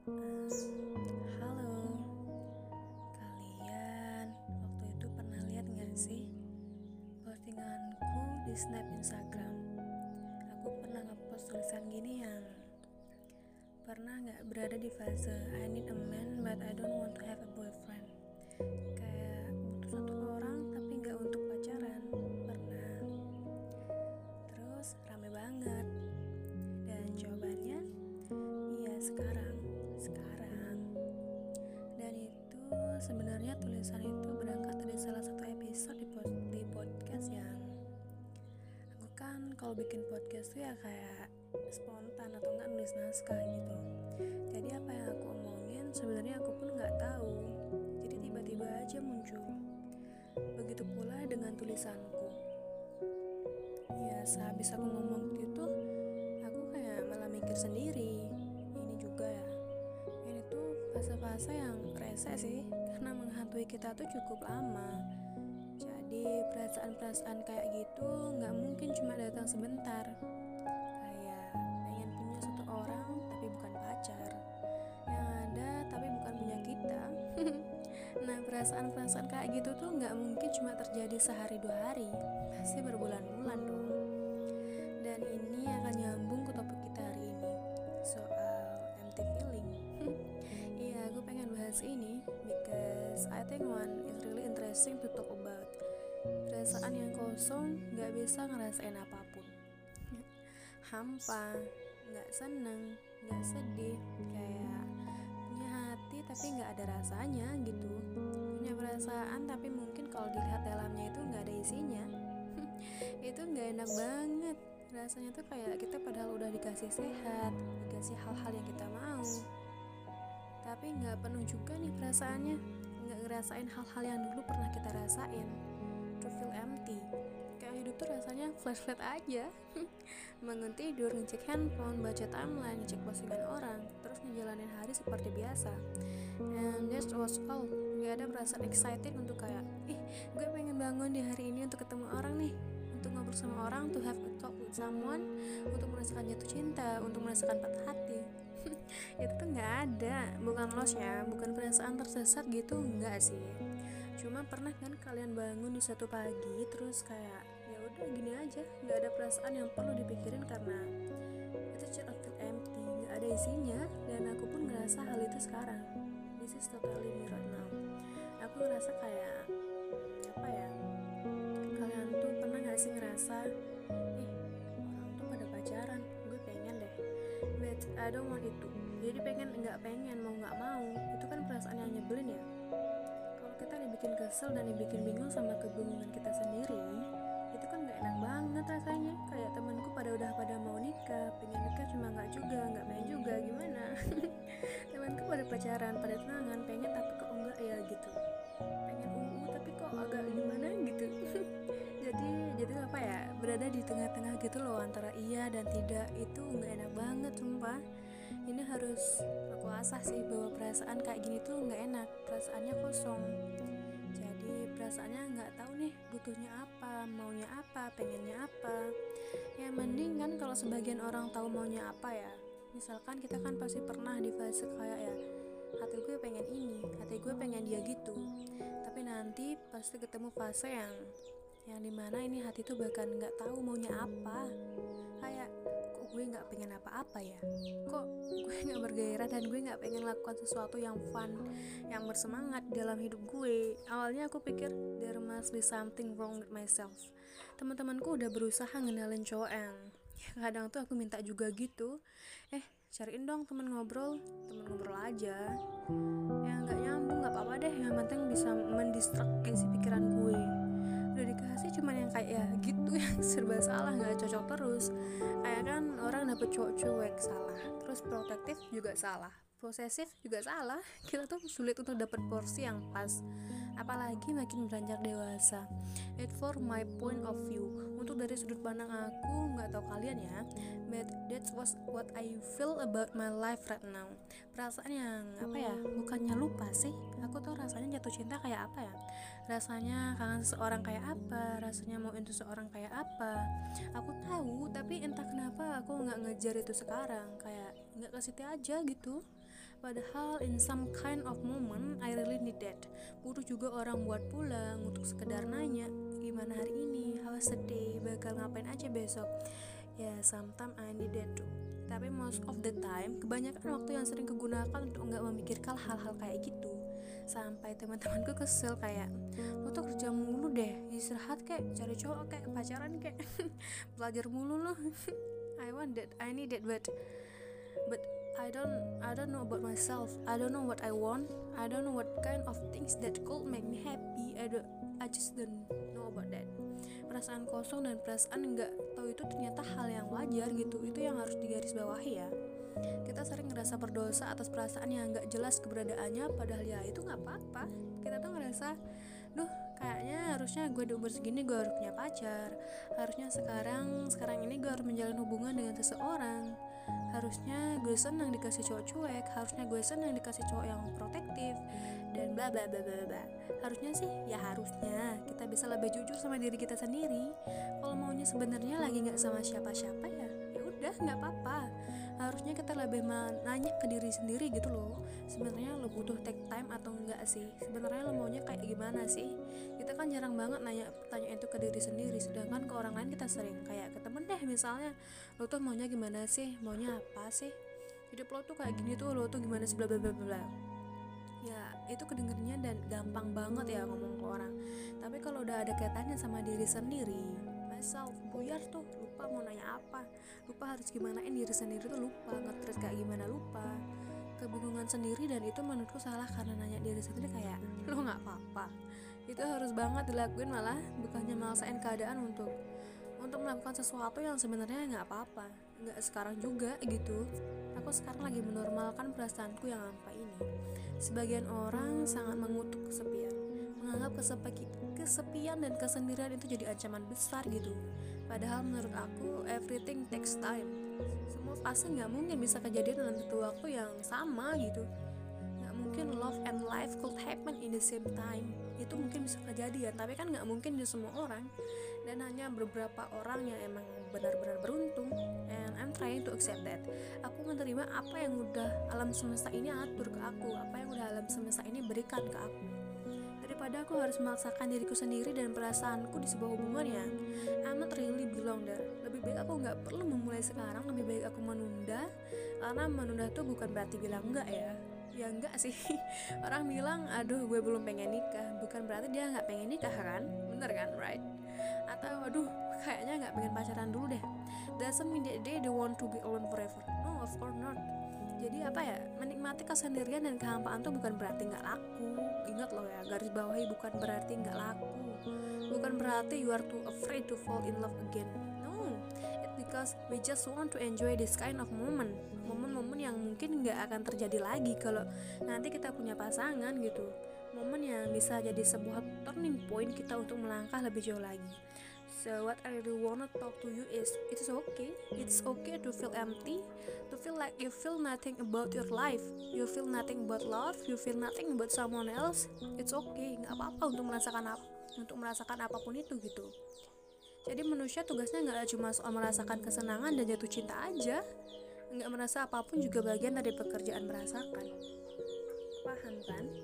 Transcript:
Halo, kalian waktu itu pernah lihat gak sih postinganku di snap Instagram? Aku pernah ngepost tulisan gini yang pernah gak berada di fase I need a man but I don't want to have a boyfriend. Kayak butuh satu orang tapi gak untuk pacaran. Pernah. Terus rame banget. Dan jawabannya iya sekarang. Dan itu sebenarnya tulisan itu berangkat dari salah satu episode di podcast yang aku kan kalau bikin podcast tuh ya kayak spontan atau enggak nulis naskah gitu. Jadi apa yang aku omongin sebenarnya aku pun nggak tahu. Jadi tiba-tiba aja muncul. Begitu pula dengan tulisanku. Ya sehabis aku ngomong gitu, aku kayak malah mikir sendiri. Ini juga ya. Ini tuh fase-fase yang rese sih, karena menghantui kita tuh cukup lama. Jadi perasaan-perasaan kayak gitu nggak mungkin cuma datang sebentar. Kayak pengen punya satu orang tapi bukan pacar, yang ada tapi bukan punya kita. Nah perasaan-perasaan kayak gitu tuh nggak mungkin cuma terjadi sehari dua hari, pasti berbulan-bulan dong. Dan ini akan nyambung ke topik kita hari ini, soal empty feeling. Iya, aku pengen bahas ini because I think one is really interesting to talk about. Perasaan yang kosong, gak bisa ngerasain apapun. Hampa, gak seneng, gak sedih, kayak punya hati tapi gak ada rasanya gitu. Punya perasaan tapi mungkin kalau dilihat dalamnya itu gak ada isinya. Itu gak enak banget. Rasanya tuh kayak kita padahal udah dikasih sehat, dikasih hal-hal yang kita mau, tapi gak penuh juga nih perasaannya. Gak ngerasain hal-hal yang dulu pernah kita rasain. To feel empty. Kayak hidup tuh rasanya flat aja. Bangun tidur, ngecek handphone, baca timeline, ngecek postingan orang, terus ngejalanin hari seperti biasa. And that was all. Gak ada perasaan excited untuk kayak, gue pengen bangun di hari ini untuk ketemu orang nih, untuk ngobrol sama orang, to have a talk with someone, untuk merasakan jatuh cinta, untuk merasakan patah hati. Itu tuh nggak ada, bukan loss ya, bukan perasaan tersesat gitu, nggak sih. Cuma pernah kan kalian bangun di satu pagi terus kayak ya udah gini aja, nggak ada perasaan yang perlu dipikirin karena itu just feel empty, nggak ada isinya. Dan aku pun ngerasa hal itu sekarang. This is totally me right now. Aku ngerasa kayak apa ya? Kalian tuh pernah nggak sih ngerasa, orang tuh pada pacaran, gue pengen deh, but I don't want itu. Jadi nggak pengen, mau nggak mau, itu kan perasaan yang nyebelin ya. Kalau kita dibikin kesel dan dibikin bingung sama kebingungan kita sendiri, itu kan nggak enak banget rasanya. Kayak temenku pada mau nikah, pengen nikah cuma nggak pengen juga, gimana? Temanku pada pacaran, pada tunangan, pengen tapi kok enggak ya gitu. Pengen tapi kok agak gimana gitu. jadi apa ya, berada di tengah-tengah gitu loh antara iya dan tidak. Itu nggak enak banget sumpah. Ini harus aku asah sih, bahwa perasaan kayak gini tuh nggak enak, perasaannya kosong. Jadi perasaannya nggak tahu nih butuhnya apa, maunya apa, pengennya apa. Ya mending kan kalau sebagian orang tahu maunya apa ya. Misalkan kita kan pasti pernah di fase kayak ya, hati gue pengen ini, hati gue pengen dia gitu. Tapi nanti pasti ketemu fase yang dimana ini hati tuh bahkan nggak tahu maunya apa. Kayak kok gue nggak pengen apa-apa ya, kok gue nggak bergairah dan gue nggak pengen lakukan sesuatu yang fun, yang bersemangat dalam hidup gue. Awalnya aku pikir there must be something wrong with myself. Teman-temanku udah berusaha ngenalin cowok yang kadang tuh aku minta juga gitu, cariin dong temen ngobrol aja yang nggak nyambung, nggak apa-apa deh, yang penting bisa mendistrak isi pikiran gue. Udah dikasih cuman yang kayak ya gitu, yang serba salah, nggak cocok terus. Kayak kan orang dapet cowok cuek salah, terus protektif juga salah, posesif juga salah. Kita tuh sulit untuk dapat porsi yang pas, apalagi makin beranjak dewasa. It for my point of view, untuk dari sudut pandang aku, nggak tahu kalian ya, but that was what I feel about my life right now. Perasaan yang apa ya, bukannya lupa sih, aku tahu rasanya jatuh cinta kayak apa ya, rasanya kangen seseorang kayak apa, rasanya mau into seseorang kayak apa. Aku tahu, tapi entah kenapa aku nggak ngejar itu sekarang, kayak nggak ke situ aja gitu. Padahal in some kind of moment I really need that. Butuh juga orang buat pulang untuk sekedar nanya gimana hari ini, how was the day, bakal ngapain aja besok. Ya, sometimes I need that too. Tapi most of the time, kebanyakan waktu yang sering kegunakan untuk nggak memikirkan hal-hal kayak gitu. Sampai teman-temanku kesel kayak, lu tuh kerja mulu deh, istirahat kayak, cari cowok kayak, pacaran kayak, belajar mulu lo. I want that, I need that, but I don't know about myself. I don't know what I want. I don't know what kind of things that could make me happy. I just don't know about that. Perasaan kosong dan perasaan nggak tahu itu ternyata hal yang wajar gitu. Itu yang harus digarisbawahi ya. Kita sering ngerasa berdosa atas perasaan yang nggak jelas keberadaannya, padahal ya itu nggak apa-apa. Kita tuh ngerasa, duh kayaknya harusnya gue di umur segini gue harus punya pacar. Harusnya sekarang ini gue harus menjalin hubungan dengan seseorang. Harusnya gue senang dikasih cowok cuek, harusnya gue senang dikasih cowok yang protektif, dan bla bla bla bla bla. Harusnya sih, ya harusnya kita bisa lebih jujur sama diri kita sendiri. Kalau maunya sebenarnya lagi nggak sama siapa-siapa ya udah nggak apa-apa. Harusnya kita lebih nanya ke diri sendiri gitu loh. Sebenarnya lo butuh take time atau enggak sih? Sebenarnya lo maunya kayak gimana sih? Kita kan jarang banget nanya pertanyaan itu ke diri sendiri, sedangkan ke orang lain kita sering. Kayak ke temen deh misalnya, lo tuh maunya gimana sih? Maunya apa sih? Hidup lo tuh kayak gini tuh, lo tuh gimana sih, bla bla bla bla. Ya itu kedengernya dan gampang banget ya ngomong ke orang. Tapi kalau udah ada kaitannya sama diri sendiri, myself, buyar tuh, lupa mau nanya apa, lupa harus gimanain diri sendiri tuh, lupa nge-treat kayak gimana, lupa kebingungan sendiri. Dan itu menurutku salah karena nanya diri sendiri kayak, lo gak apa-apa. Itu harus banget dilakuin, malah bukannya maksain keadaan untuk melakukan sesuatu yang sebenarnya nggak apa-apa. Nggak sekarang juga gitu. Aku sekarang lagi menormalkan perasaanku yang hampa ini. Sebagian orang sangat mengutuk kesepian, menganggap kesepian dan kesendirian itu jadi ancaman besar gitu. Padahal menurut aku everything takes time. Semua fase nggak mungkin bisa kejadian dalam satu waktu yang sama gitu. Nggak mungkin love and life could happen in the same time. Itu mungkin bisa kejadian, tapi kan nggak mungkin di semua orang. Dan hanya beberapa orang yang emang benar-benar beruntung. And I'm trying to accept that. Aku menerima apa yang udah alam semesta ini atur ke aku, apa yang udah alam semesta ini berikan ke aku. Daripada aku harus memaksakan diriku sendiri dan perasaanku di sebuah hubungan yang I'm not really belong there. Lebih baik aku gak perlu memulai sekarang, lebih baik aku menunda. Karena menunda tuh bukan berarti bilang enggak ya. Ya enggak sih. Orang bilang aduh gue belum pengen nikah, bukan berarti dia gak pengen nikah kan. Bener kan, right? Atau aduh kayaknya gak pengen pacaran dulu deh, doesn't mean that they want to be alone forever. No, of course not. Jadi apa ya, menikmati kesendirian dan kehampaan tuh bukan berarti gak laku. Ingat loh ya, garis bawahi, bukan berarti gak laku. Bukan berarti you are too afraid to fall in love again. No, it's because we just want to enjoy this kind of moment. Momen-momen yang mungkin gak akan terjadi lagi kalau nanti kita punya pasangan gitu. Momen yang bisa jadi sebuah turning point kita untuk melangkah lebih jauh lagi. So what I really wanna talk to you is, it's okay to feel empty, to feel like you feel nothing about your life, you feel nothing about love, you feel nothing about someone else. It's okay, nggak apa-apa untuk merasakan apapun itu gitu. Jadi manusia tugasnya nggak cuma soal merasakan kesenangan dan jatuh cinta aja, nggak merasa apapun juga bagian dari pekerjaan merasakan. Paham kan?